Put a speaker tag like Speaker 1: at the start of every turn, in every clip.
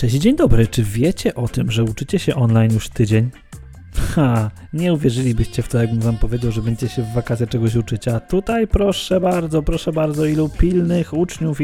Speaker 1: Cześć, dzień dobry. Czy wiecie o tym, że uczycie się online już tydzień? Nie uwierzylibyście w to, jakbym wam powiedział, że będziecie się w wakacje czegoś uczyć, a tutaj proszę bardzo, ilu pilnych uczniów,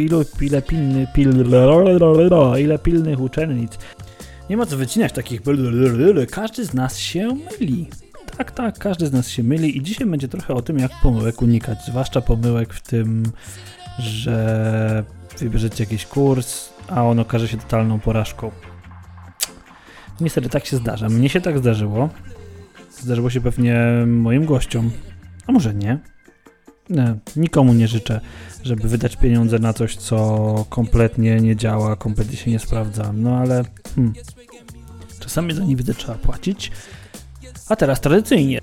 Speaker 1: ile pilnych uczennic. Nie ma co wycinać takich każdy z nas się myli. Tak, każdy z nas się myli i dzisiaj będzie trochę o tym, jak pomyłek unikać, zwłaszcza pomyłek w tym, że wybierzecie jakiś kurs, a on okaże się totalną porażką. Niestety tak się zdarza. Mnie się tak zdarzyło. Zdarzyło się pewnie moim gościom. A może nie? Nikomu nie życzę, żeby wydać pieniądze na coś, co kompletnie nie działa, kompletnie się nie sprawdza. No ale czasami za nie widzę trzeba płacić. A teraz tradycyjnie.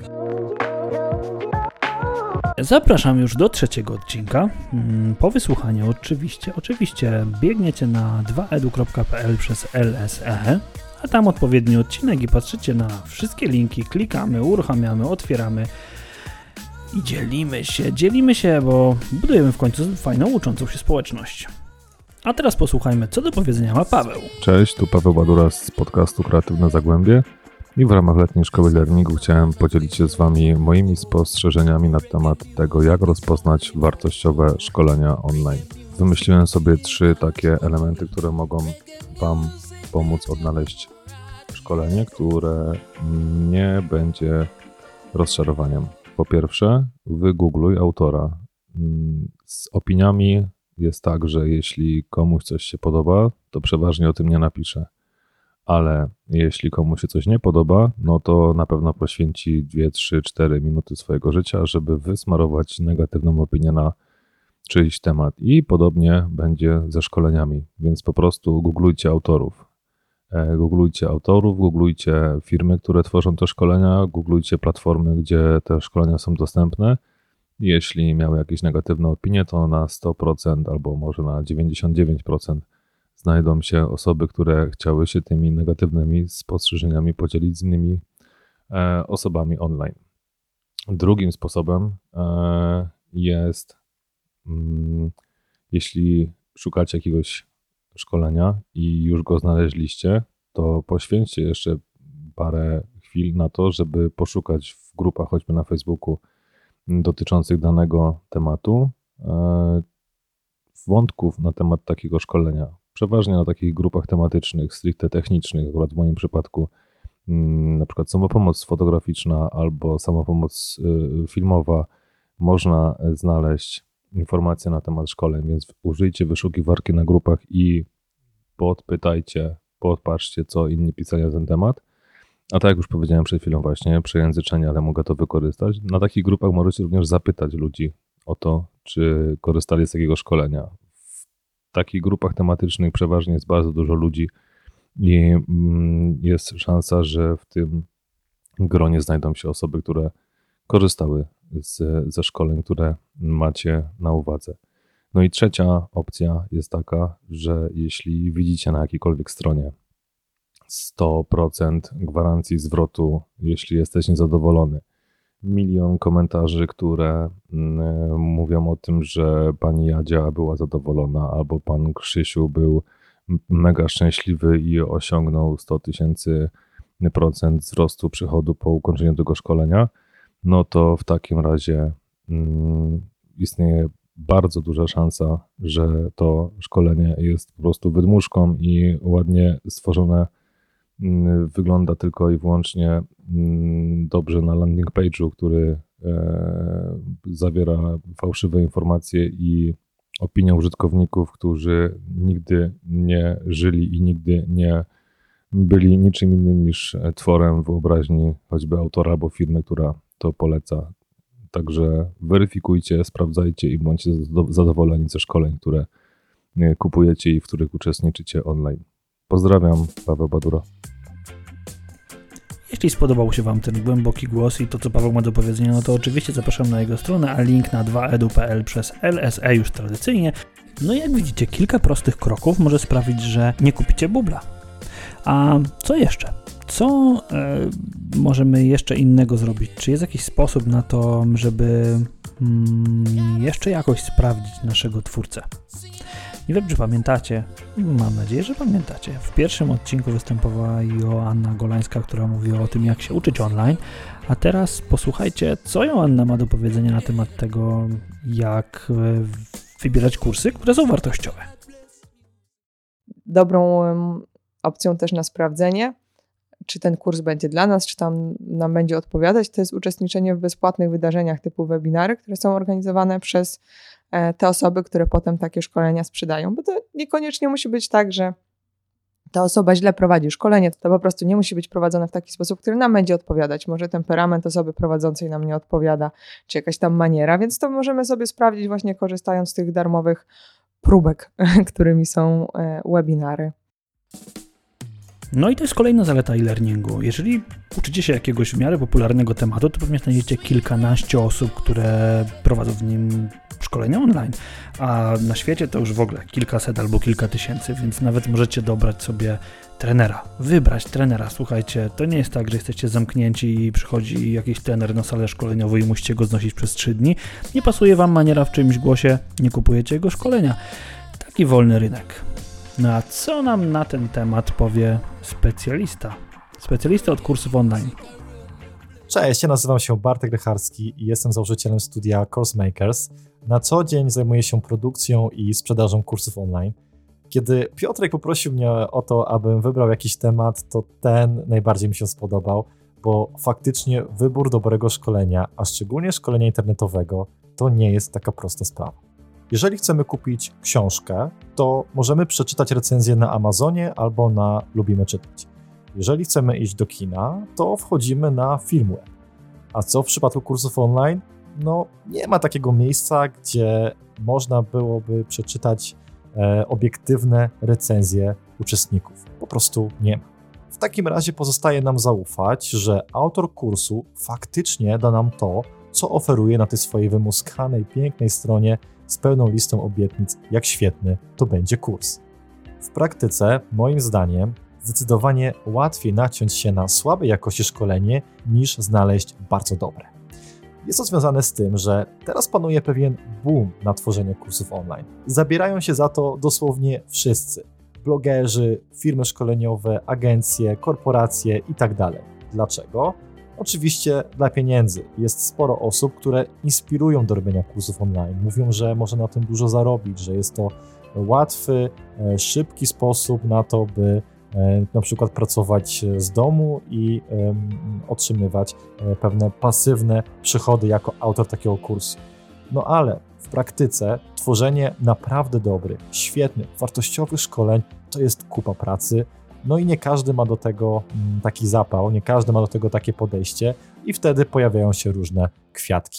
Speaker 1: Zapraszam już do 3. odcinka. Po wysłuchaniu oczywiście biegniecie na 2edu.pl przez LSE, a tam odpowiedni odcinek i patrzycie na wszystkie linki, klikamy, uruchamiamy, otwieramy i dzielimy się, bo budujemy w końcu fajną, uczącą się społeczność. A teraz posłuchajmy, co do powiedzenia ma Paweł.
Speaker 2: Cześć, tu Paweł Badura z podcastu Kreatywne Zagłębie i w ramach letniej szkoły learningu chciałem podzielić się z Wami moimi spostrzeżeniami na temat tego, jak rozpoznać wartościowe szkolenia online. Wymyśliłem sobie 3 takie elementy, które mogą Wam pomóc odnaleźć szkolenie, które nie będzie rozczarowaniem. Po pierwsze, wygoogluj autora. Z opiniami jest tak, że jeśli komuś coś się podoba, to przeważnie o tym nie napisze. Ale jeśli komuś się coś nie podoba, no to na pewno poświęci 2, 3, 4 minuty swojego życia, żeby wysmarować negatywną opinię na czyjś temat. I podobnie będzie ze szkoleniami, więc po prostu googlujcie autorów. Googlujcie firmy, które tworzą te szkolenia, googlujcie platformy, gdzie te szkolenia są dostępne. Jeśli miały jakieś negatywne opinie, to na 100% albo może na 99% znajdą się osoby, które chciały się tymi negatywnymi spostrzeżeniami podzielić z innymi osobami online. Drugim sposobem jest, jeśli szukacie jakiegoś szkolenia i już go znaleźliście, to poświęćcie jeszcze parę chwil na to, żeby poszukać w grupach, choćby na Facebooku, dotyczących danego tematu, wątków na temat takiego szkolenia. Przeważnie na takich grupach tematycznych, stricte technicznych, akurat w moim przypadku na przykład samopomoc fotograficzna albo samopomoc filmowa, można znaleźć informacje na temat szkoleń, więc użyjcie wyszukiwarki na grupach i podpytajcie, podpatrzcie, co inni pisali na ten temat. A tak jak już powiedziałem przed chwilą właśnie, przejęzyczenie, ale mogę to wykorzystać. Na takich grupach możecie również zapytać ludzi o to, czy korzystali z takiego szkolenia. W takich grupach tematycznych przeważnie jest bardzo dużo ludzi i jest szansa, że w tym gronie znajdą się osoby, które korzystały ze szkoleń, które macie na uwadze. No i trzecia opcja jest taka, że jeśli widzicie na jakiejkolwiek stronie 100% gwarancji zwrotu, jeśli jesteś niezadowolony, 1 milion komentarzy, które mówią o tym, że pani Jadzia była zadowolona albo pan Krzysiu był mega szczęśliwy i osiągnął 100% wzrostu przychodu po ukończeniu tego szkolenia, no to w takim razie istnieje bardzo duża szansa, że to szkolenie jest po prostu wydmuszką i ładnie stworzone wygląda tylko i wyłącznie dobrze na landing page'u, który zawiera fałszywe informacje i opinie użytkowników, którzy nigdy nie żyli i nigdy nie byli niczym innym niż tworem wyobraźni choćby autora albo firmy, która to poleca. Także weryfikujcie, sprawdzajcie i bądźcie zadowoleni ze szkoleń, które kupujecie i w których uczestniczycie online. Pozdrawiam, Paweł Badura.
Speaker 1: Jeśli spodobał się Wam ten głęboki głos i to, co Paweł ma do powiedzenia, no to oczywiście zapraszam na jego stronę, a link na 2edu.pl przez LSE już tradycyjnie. No i jak widzicie, kilka prostych kroków może sprawić, że nie kupicie bubla. A co jeszcze? Co możemy jeszcze innego zrobić? Czy jest jakiś sposób na to, żeby jeszcze jakoś sprawdzić naszego twórcę? Nie wiem, czy pamiętacie, mam nadzieję, że pamiętacie. W pierwszym odcinku występowała Joanna Golańska, która mówiła o tym, jak się uczyć online, a teraz posłuchajcie, co Joanna ma do powiedzenia na temat tego, jak wybierać kursy, które są wartościowe.
Speaker 3: Dobrą opcją też na sprawdzenie, czy ten kurs będzie dla nas, czy tam nam będzie odpowiadać, to jest uczestniczenie w bezpłatnych wydarzeniach typu webinary, które są organizowane przez te osoby, które potem takie szkolenia sprzedają, bo to niekoniecznie musi być tak, że ta osoba źle prowadzi szkolenie, to po prostu nie musi być prowadzone w taki sposób, który nam będzie odpowiadać. Może temperament osoby prowadzącej nam nie odpowiada, czy jakaś tam maniera, więc to możemy sobie sprawdzić właśnie korzystając z tych darmowych próbek, którymi są webinary.
Speaker 1: No i to jest kolejna zaleta e-learningu. Jeżeli uczycie się jakiegoś w miarę popularnego tematu, to pewnie znajdziecie kilkanaście osób, które prowadzą w nim szkolenia online, a na świecie to już w ogóle kilkaset albo kilka tysięcy, więc nawet możecie dobrać sobie trenera, wybrać trenera. Słuchajcie, to nie jest tak, że jesteście zamknięci i przychodzi jakiś trener na salę szkoleniową i musicie go znosić przez 3 dni. Nie pasuje wam maniera w czyimś głosie, nie kupujecie jego szkolenia. Taki wolny rynek. No a co nam na ten temat powie specjalista? Specjalista od kursów online.
Speaker 4: Cześć, ja nazywam się Bartek Rycharski i jestem założycielem studia Course Makers. Na co dzień zajmuję się produkcją i sprzedażą kursów online. Kiedy Piotrek poprosił mnie o to, abym wybrał jakiś temat, to ten najbardziej mi się spodobał, bo faktycznie wybór dobrego szkolenia, a szczególnie szkolenia internetowego, to nie jest taka prosta sprawa. Jeżeli chcemy kupić książkę, to możemy przeczytać recenzję na Amazonie albo na Lubimy Czytać. Jeżeli chcemy iść do kina, to wchodzimy na Filmweb. A co w przypadku kursów online? No, nie ma takiego miejsca, gdzie można byłoby przeczytać obiektywne recenzje uczestników. Po prostu nie ma. W takim razie pozostaje nam zaufać, że autor kursu faktycznie da nam to, co oferuje na tej swojej wymuskanej, pięknej stronie z pełną listą obietnic, jak świetny to będzie kurs. W praktyce, moim zdaniem, zdecydowanie łatwiej naciąć się na słabej jakości szkolenie, niż znaleźć bardzo dobre. Jest to związane z tym, że teraz panuje pewien boom na tworzenie kursów online. Zabierają się za to dosłownie wszyscy. Blogerzy, firmy szkoleniowe, agencje, korporacje itd. Dlaczego? Oczywiście dla pieniędzy. Jest sporo osób, które inspirują do robienia kursów online. Mówią, że można na tym dużo zarobić, że jest to łatwy, szybki sposób na to, by na przykład pracować z domu i otrzymywać pewne pasywne przychody jako autor takiego kursu. No ale w praktyce tworzenie naprawdę dobrych, świetnych, wartościowych szkoleń to jest kupa pracy. No i nie każdy ma do tego taki zapał, nie każdy ma do tego takie podejście i wtedy pojawiają się różne kwiatki.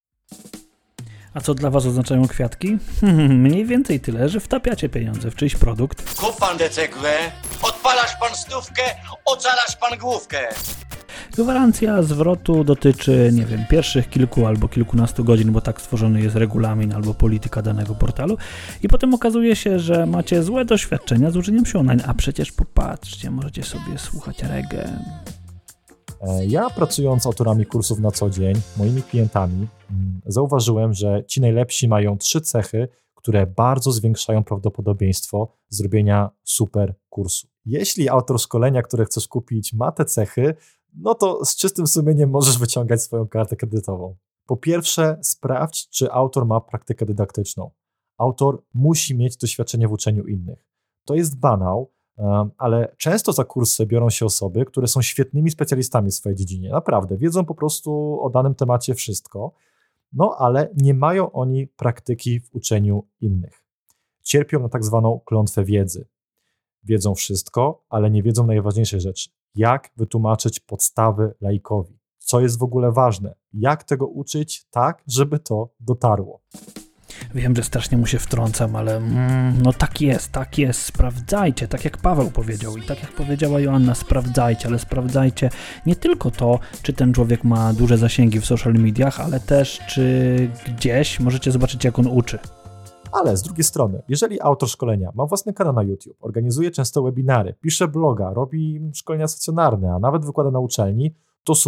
Speaker 1: A co dla was oznaczają kwiatki? Mniej więcej tyle, że wtapiacie pieniądze w czyjś produkt.
Speaker 5: Kup pan decegwę, odpalasz pan stówkę, ocalasz pan główkę.
Speaker 1: Gwarancja zwrotu dotyczy, nie wiem, pierwszych kilku albo kilkunastu godzin, bo tak stworzony jest regulamin albo polityka danego portalu i potem okazuje się, że macie złe doświadczenia z uczeniem się online, a przecież popatrzcie, możecie sobie słuchać reggae.
Speaker 4: Ja pracując z autorami kursów na co dzień, moimi klientami, zauważyłem, że ci najlepsi mają 3 cechy, które bardzo zwiększają prawdopodobieństwo zrobienia super kursu. Jeśli autor szkolenia, które chcesz kupić, ma te cechy, no to z czystym sumieniem możesz wyciągać swoją kartę kredytową. Po pierwsze, sprawdź, czy autor ma praktykę dydaktyczną. Autor musi mieć doświadczenie w uczeniu innych. To jest banał, ale często za kursy biorą się osoby, które są świetnymi specjalistami w swojej dziedzinie. Naprawdę, wiedzą po prostu o danym temacie wszystko, no ale nie mają oni praktyki w uczeniu innych. Cierpią na tak zwaną klątwę wiedzy. Wiedzą wszystko, ale nie wiedzą najważniejszej rzeczy. Jak wytłumaczyć podstawy laikowi? Co jest w ogóle ważne? Jak tego uczyć tak, żeby to dotarło?
Speaker 1: Wiem, że strasznie mu się wtrącam, ale no tak jest, sprawdzajcie, tak jak Paweł powiedział i tak jak powiedziała Joanna, sprawdzajcie, ale sprawdzajcie nie tylko to, czy ten człowiek ma duże zasięgi w social mediach, ale też czy gdzieś możecie zobaczyć, jak on uczy.
Speaker 4: Ale z drugiej strony, jeżeli autor szkolenia ma własny kanał na YouTube, organizuje często webinary, pisze bloga, robi szkolenia stacjonarne, a nawet wykłada na uczelni, to super.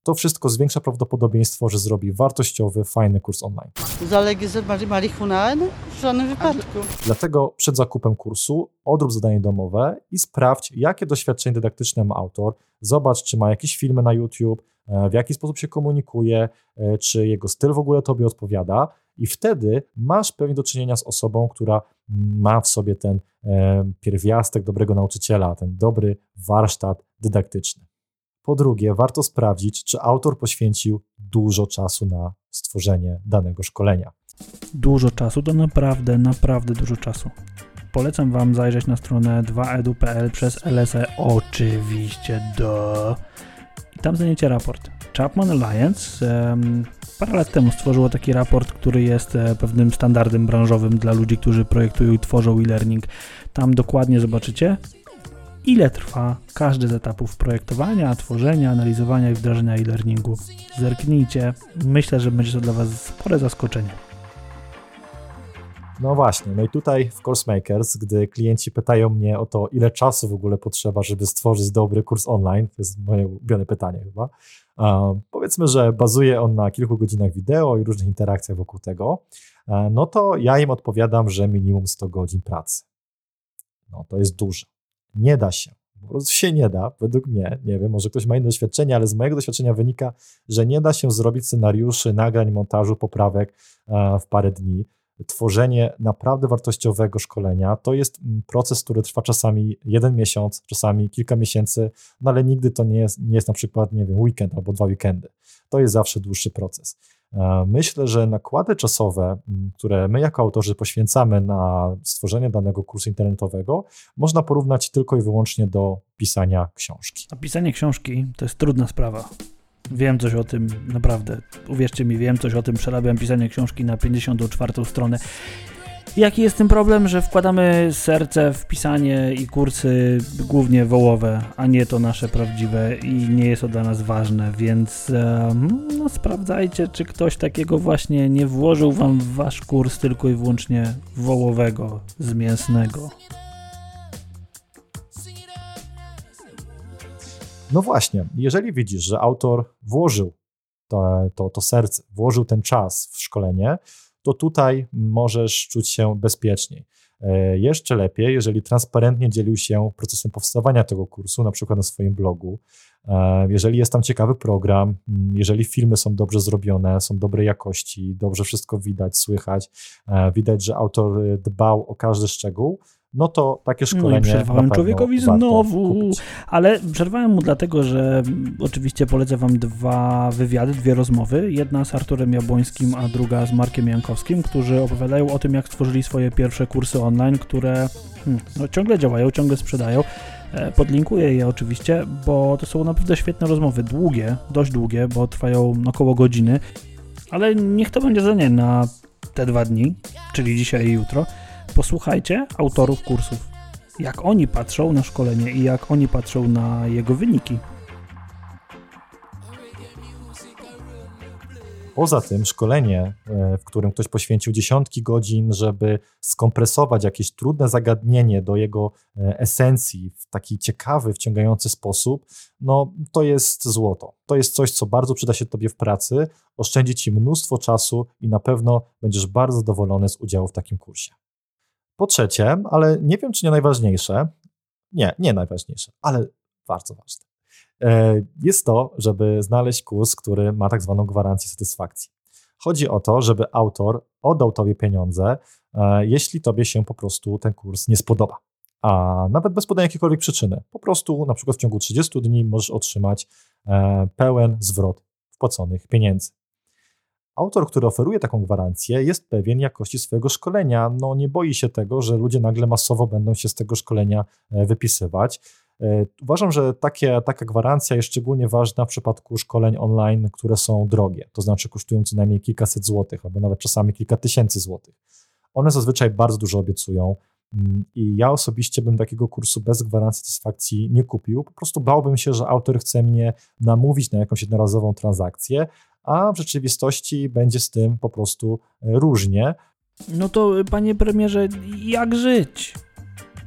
Speaker 4: To wszystko zwiększa prawdopodobieństwo, że zrobi wartościowy, fajny kurs online.
Speaker 6: Zalegalizować marihuanę? W żadnym wypadku.
Speaker 4: Dlatego przed zakupem kursu odrób zadanie domowe i sprawdź, jakie doświadczenie dydaktyczne ma autor. Zobacz, czy ma jakieś filmy na YouTube, w jaki sposób się komunikuje, czy jego styl w ogóle tobie odpowiada i wtedy masz pewnie do czynienia z osobą, która ma w sobie ten pierwiastek dobrego nauczyciela, ten dobry warsztat dydaktyczny. Po drugie, warto sprawdzić, czy autor poświęcił dużo czasu na stworzenie danego szkolenia.
Speaker 1: Dużo czasu to naprawdę dużo czasu. Polecam Wam zajrzeć na stronę 2edu.pl przez LSE, oczywiście, i tam znajdziecie raport. Chapman Alliance parę lat temu stworzyło taki raport, który jest pewnym standardem branżowym dla ludzi, którzy projektują i tworzą e-learning. Tam dokładnie zobaczycie, ile trwa każdy z etapów projektowania, tworzenia, analizowania i wdrażania e-learningu. Zerknijcie, myślę, że będzie to dla Was spore zaskoczenie.
Speaker 4: No właśnie, no i tutaj w CourseMakers, gdy klienci pytają mnie o to, ile czasu w ogóle potrzeba, żeby stworzyć dobry kurs online, to jest moje ulubione pytanie chyba, powiedzmy, że bazuje on na kilku godzinach wideo i różnych interakcjach wokół tego, no to ja im odpowiadam, że minimum 100 godzin pracy. No to jest dużo. Nie da się. Po prostu się nie da, według mnie, nie wiem, może ktoś ma inne doświadczenie, ale z mojego doświadczenia wynika, że nie da się zrobić scenariuszy, nagrań, montażu, poprawek w parę dni. Tworzenie naprawdę wartościowego szkolenia to jest proces, który trwa czasami 1 miesiąc, czasami kilka miesięcy, no ale nigdy to nie jest na przykład, nie wiem, weekend albo 2 weekendy. To jest zawsze dłuższy proces. Myślę, że nakłady czasowe, które my jako autorzy poświęcamy na stworzenie danego kursu internetowego, można porównać tylko i wyłącznie do pisania książki.
Speaker 1: A pisanie książki to jest trudna sprawa. Wiem coś o tym, naprawdę. Uwierzcie mi, wiem coś o tym. Przerabiam pisanie książki na 54 stronę. Jaki jest tym problem, że wkładamy serce w pisanie i kursy głównie wołowe, a nie to nasze prawdziwe i nie jest to dla nas ważne, więc no sprawdzajcie, czy ktoś takiego właśnie nie włożył wam w wasz kurs tylko i wyłącznie wołowego, z mięsnego.
Speaker 4: No właśnie, jeżeli widzisz, że autor włożył to serce, włożył ten czas w szkolenie, to tutaj możesz czuć się bezpieczniej. Jeszcze lepiej, jeżeli transparentnie dzielił się procesem powstawania tego kursu, na przykład na swoim blogu, jeżeli jest tam ciekawy program, jeżeli filmy są dobrze zrobione, są dobrej jakości, dobrze wszystko widać, słychać, widać, że autor dbał o każdy szczegół, no to takie szkolenie. No i
Speaker 1: przerwałem człowiekowi znowu, ale przerwałem mu dlatego, że oczywiście polecę wam 2 wywiady, 2 rozmowy. Jedna z Arturem Jabłońskim, a druga z Markiem Jankowskim, którzy opowiadają o tym, jak stworzyli swoje pierwsze kursy online, które ciągle działają, ciągle sprzedają. Podlinkuję je oczywiście, bo to są naprawdę świetne rozmowy, długie, dość długie, bo trwają około godziny, ale niech to będzie za nie na te 2 dni, czyli dzisiaj i jutro. Posłuchajcie autorów kursów, jak oni patrzą na szkolenie i jak oni patrzą na jego wyniki.
Speaker 4: Poza tym szkolenie, w którym ktoś poświęcił dziesiątki godzin, żeby skompresować jakieś trudne zagadnienie do jego esencji w taki ciekawy, wciągający sposób, no to jest złoto. To jest coś, co bardzo przyda się tobie w pracy, oszczędzi ci mnóstwo czasu i na pewno będziesz bardzo zadowolony z udziału w takim kursie. Po trzecie, ale nie wiem, czy nie najważniejsze, nie najważniejsze, ale bardzo ważne, jest to, żeby znaleźć kurs, który ma tak zwaną gwarancję satysfakcji. Chodzi o to, żeby autor oddał tobie pieniądze, jeśli tobie się po prostu ten kurs nie spodoba. A nawet bez podania jakiejkolwiek przyczyny. Po prostu na przykład w ciągu 30 dni możesz otrzymać pełen zwrot wpłaconych pieniędzy. Autor, który oferuje taką gwarancję, jest pewien jakości swojego szkolenia. No nie boi się tego, że ludzie nagle masowo będą się z tego szkolenia wypisywać. Uważam, że taka gwarancja jest szczególnie ważna w przypadku szkoleń online, które są drogie, to znaczy kosztują co najmniej kilkaset złotych, albo nawet czasami kilka tysięcy złotych. One zazwyczaj bardzo dużo obiecują i ja osobiście bym takiego kursu bez gwarancji satysfakcji nie kupił. Po prostu bałbym się, że autor chce mnie namówić na jakąś jednorazową transakcję, a w rzeczywistości będzie z tym po prostu różnie.
Speaker 1: No to, panie premierze, jak żyć?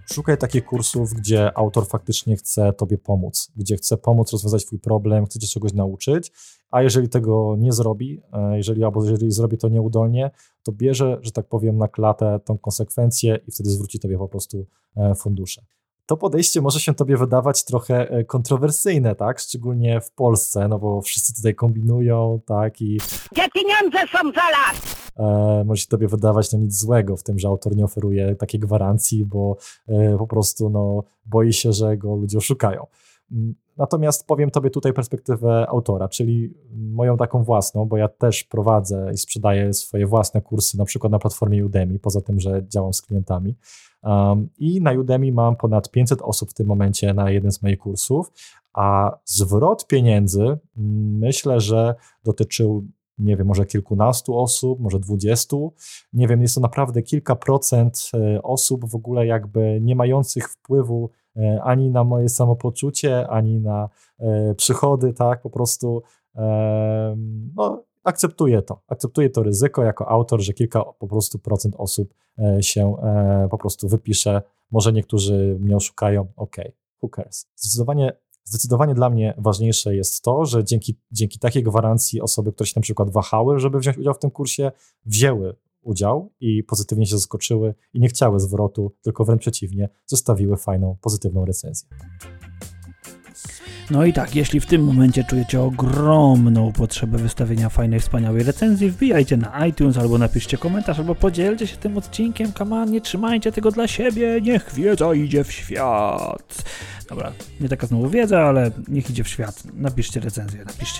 Speaker 4: Szukaj takich kursów, gdzie autor faktycznie chce tobie pomóc, gdzie chce pomóc rozwiązać twój problem, chce cię czegoś nauczyć, a jeżeli tego nie zrobi, jeżeli zrobi to nieudolnie, to bierze, że tak powiem, na klatę tą konsekwencję i wtedy zwróci tobie po prostu fundusze. To podejście może się tobie wydawać trochę kontrowersyjne, tak? Szczególnie w Polsce, no bo wszyscy tutaj kombinują, tak? I
Speaker 7: Gdzie pieniądze są za las?
Speaker 4: może się tobie wydawać nic złego w tym, że autor nie oferuje takiej gwarancji, bo po prostu boi się, że go ludzie oszukają. Natomiast powiem tobie tutaj perspektywę autora, czyli moją taką własną, bo ja też prowadzę i sprzedaję swoje własne kursy, na przykład na platformie Udemy, poza tym, że działam z klientami. I na Udemy mam ponad 500 osób w tym momencie na jeden z moich kursów, a zwrot pieniędzy myślę, że dotyczył, nie wiem, może kilkunastu osób, może 20, nie wiem, jest to naprawdę kilka procent osób w ogóle jakby nie mających wpływu ani na moje samopoczucie, ani na przychody, tak, po prostu akceptuję to ryzyko jako autor, że kilka po prostu procent osób się po prostu wypisze, może niektórzy mnie oszukają, who cares. Zdecydowanie dla mnie ważniejsze jest to, że dzięki takiej gwarancji osoby, które się na przykład wahały, żeby wziąć udział w tym kursie, wzięły udział i pozytywnie się zaskoczyły i nie chciały zwrotu, tylko wręcz przeciwnie, zostawiły fajną, pozytywną recenzję.
Speaker 1: No i tak, jeśli w tym momencie czujecie ogromną potrzebę wystawienia fajnej, wspaniałej recenzji, wbijajcie na iTunes albo napiszcie komentarz, albo podzielcie się tym odcinkiem, nie trzymajcie tego dla siebie, niech wiedza idzie w świat. Dobra, nie taka znowu wiedza, ale niech idzie w świat. Napiszcie recenzję, napisz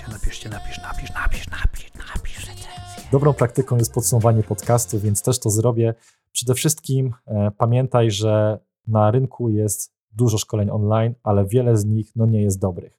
Speaker 1: recenzję.
Speaker 4: Dobrą praktyką jest podsumowanie podcastu, więc też to zrobię. Przede wszystkim pamiętaj, że na rynku jest dużo szkoleń online, ale wiele z nich nie jest dobrych.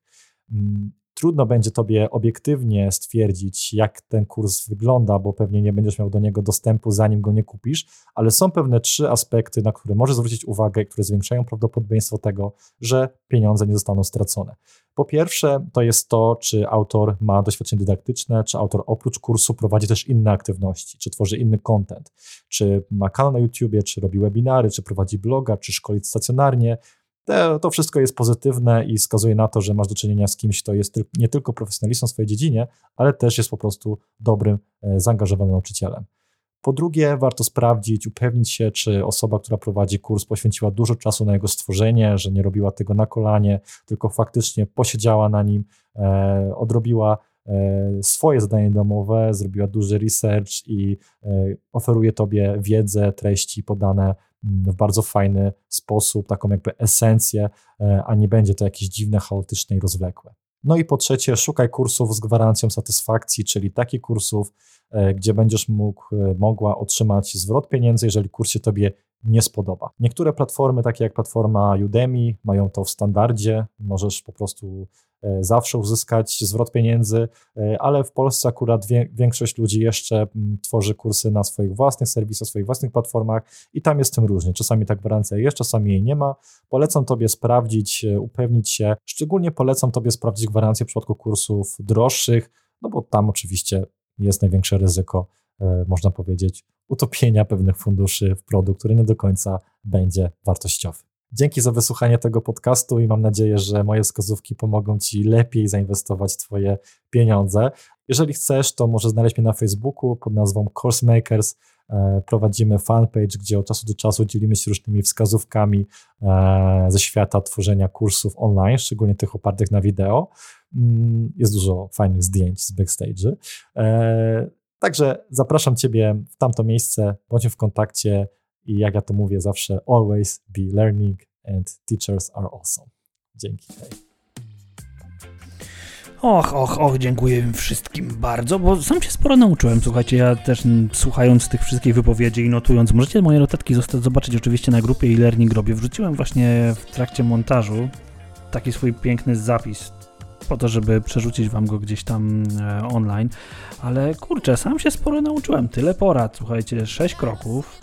Speaker 4: Trudno będzie tobie obiektywnie stwierdzić, jak ten kurs wygląda, bo pewnie nie będziesz miał do niego dostępu, zanim go nie kupisz, ale są pewne 3 aspekty, na które możesz zwrócić uwagę, które zwiększają prawdopodobieństwo tego, że pieniądze nie zostaną stracone. Po pierwsze, to jest to, czy autor ma doświadczenie dydaktyczne, czy autor oprócz kursu prowadzi też inne aktywności, czy tworzy inny content, czy ma kanał na YouTubie, czy robi webinary, czy prowadzi bloga, czy szkoli stacjonarnie. To wszystko jest pozytywne i wskazuje na to, że masz do czynienia z kimś, kto jest nie tylko profesjonalistą w swojej dziedzinie, ale też jest po prostu dobrym, zaangażowanym nauczycielem. Po drugie, warto sprawdzić, upewnić się, czy osoba, która prowadzi kurs, poświęciła dużo czasu na jego stworzenie, że nie robiła tego na kolanie, tylko faktycznie posiedziała na nim, odrobiła swoje zadanie domowe, zrobiła duży research i oferuje tobie wiedzę, treści podane w bardzo fajny sposób, taką jakby esencję, a nie będzie to jakieś dziwne, chaotyczne i rozwlekłe. No i po trzecie, szukaj kursów z gwarancją satysfakcji, czyli takich kursów, gdzie będziesz mogła otrzymać zwrot pieniędzy, jeżeli kurs się tobie nie spodoba. Niektóre platformy, takie jak platforma Udemy, mają to w standardzie, możesz po prostu zawsze uzyskać zwrot pieniędzy, ale w Polsce akurat większość ludzi jeszcze tworzy kursy na swoich własnych serwisach, swoich własnych platformach i tam jest z tym różnie. Czasami ta gwarancja jest, czasami jej nie ma. Polecam tobie sprawdzić, upewnić się. Szczególnie polecam tobie sprawdzić gwarancję w przypadku kursów droższych, no bo tam oczywiście jest największe ryzyko, można powiedzieć, utopienia pewnych funduszy w produkt, który nie do końca będzie wartościowy. Dzięki za wysłuchanie tego podcastu i mam nadzieję, że moje wskazówki pomogą ci lepiej zainwestować twoje pieniądze. Jeżeli chcesz, to możesz znaleźć mnie na Facebooku pod nazwą Course Makers. Prowadzimy fanpage, gdzie od czasu do czasu dzielimy się różnymi wskazówkami ze świata tworzenia kursów online, szczególnie tych opartych na wideo. Jest dużo fajnych zdjęć z backstage'y. Także zapraszam ciebie w tamto miejsce, bądźmy w kontakcie i jak ja to mówię zawsze, always be learning and teachers are awesome. Dzięki. Hej.
Speaker 1: Dziękuję wszystkim bardzo, bo sam się sporo nauczyłem. Słuchajcie, ja też słuchając tych wszystkich wypowiedzi i notując, możecie moje notatki zobaczyć oczywiście na grupie e-learning robię. Wrzuciłem właśnie w trakcie montażu taki swój piękny zapis po to, żeby przerzucić wam go gdzieś tam online, ale kurczę, sam się sporo nauczyłem. Tyle porad, słuchajcie, 6 kroków,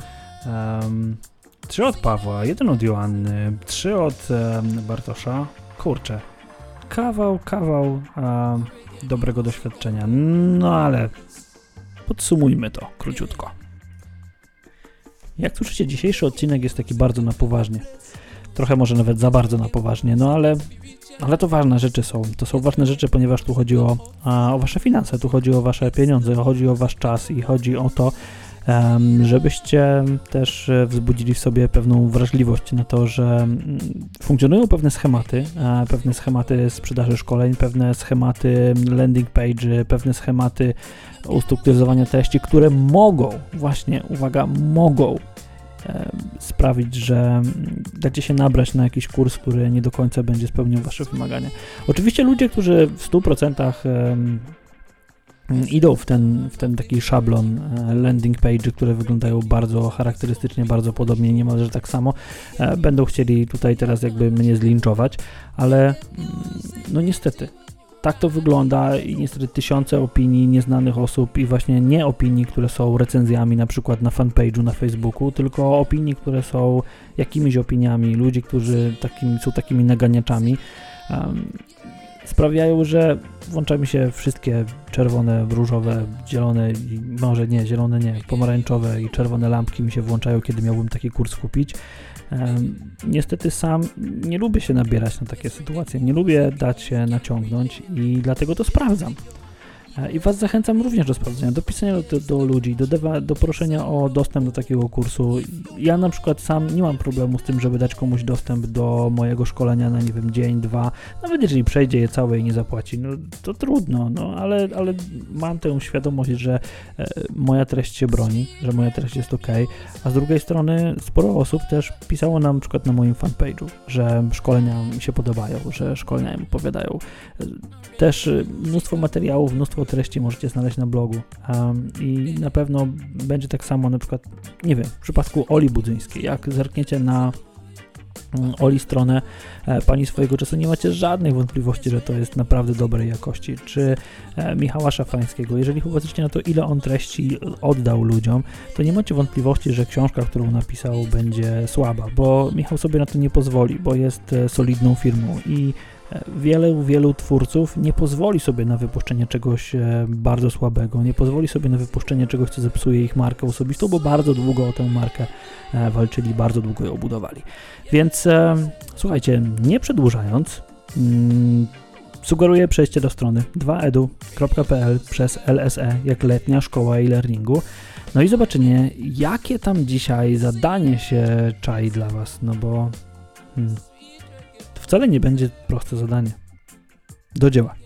Speaker 1: 3 od Pawła, 1 od Joanny, 3 od Bartosza. Kurczę, kawał dobrego doświadczenia. No ale podsumujmy to króciutko. Jak słyszycie, dzisiejszy odcinek jest taki bardzo na poważnie. trochę może nawet za bardzo na poważnie, no ale to ważne rzeczy są. To są ważne rzeczy, ponieważ tu chodzi o wasze finanse, tu chodzi o wasze pieniądze, chodzi o wasz czas i chodzi o to, żebyście też wzbudzili w sobie pewną wrażliwość na to, że funkcjonują pewne schematy sprzedaży szkoleń, pewne schematy landing page, pewne schematy ustrukturyzowania treści, które mogą, właśnie, uwaga, mogą sprawić, że dacie się nabrać na jakiś kurs, który nie do końca będzie spełniał wasze wymagania. Oczywiście ludzie, którzy w 100% idą w ten taki szablon landing page, które wyglądają bardzo charakterystycznie, bardzo podobnie, niemalże tak samo, będą chcieli tutaj teraz jakby mnie zlinczować, ale no niestety tak to wygląda i niestety tysiące opinii nieznanych osób i właśnie nie opinii, które są recenzjami na przykład na fanpage'u na Facebooku, tylko opinii, które są jakimiś opiniami ludzi, którzy są takimi naganiaczami, sprawiają, że włącza mi się wszystkie czerwone, różowe, zielone, może nie, zielone nie, pomarańczowe i czerwone lampki mi się włączają, kiedy miałbym taki kurs kupić. Niestety sam nie lubię się nabierać na takie sytuacje, nie lubię dać się naciągnąć i dlatego to sprawdzam. I was zachęcam również do sprawdzenia, do pisania do ludzi, do proszenia o dostęp do takiego kursu. Ja na przykład sam nie mam problemu z tym, żeby dać komuś dostęp do mojego szkolenia na, nie wiem, dzień, 2, nawet jeżeli przejdzie je całe i nie zapłaci, no to trudno, no ale mam tę świadomość, że moja treść się broni, że moja treść jest ok, a z drugiej strony sporo osób też pisało na przykład na moim fanpage'u, że szkolenia mi się podobają, że szkolenia im opowiadają. Też mnóstwo materiałów, mnóstwo treści możecie znaleźć na blogu i na pewno będzie tak samo na przykład, nie wiem, w przypadku Oli Budzyńskiej, jak zerkniecie na Oli stronę pani swojego czasu, nie macie żadnych wątpliwości, że to jest naprawdę dobrej jakości, czy Michała Szafańskiego, jeżeli popatrzycie na to, ile on treści oddał ludziom, to nie macie wątpliwości, że książka, którą napisał, będzie słaba, bo Michał sobie na to nie pozwoli, bo jest solidną firmą i wielu twórców nie pozwoli sobie na wypuszczenie czegoś bardzo słabego, nie pozwoli sobie na wypuszczenie czegoś, co zepsuje ich markę osobistą, bo bardzo długo o tę markę walczyli, bardzo długo ją budowali. Więc słuchajcie, nie przedłużając, sugeruję przejście do strony 2edu.pl przez LSE, jak letnia szkoła e-learningu. No i zobaczenie, jakie tam dzisiaj zadanie się czai dla was, no bo wcale nie będzie proste zadanie. Do dzieła.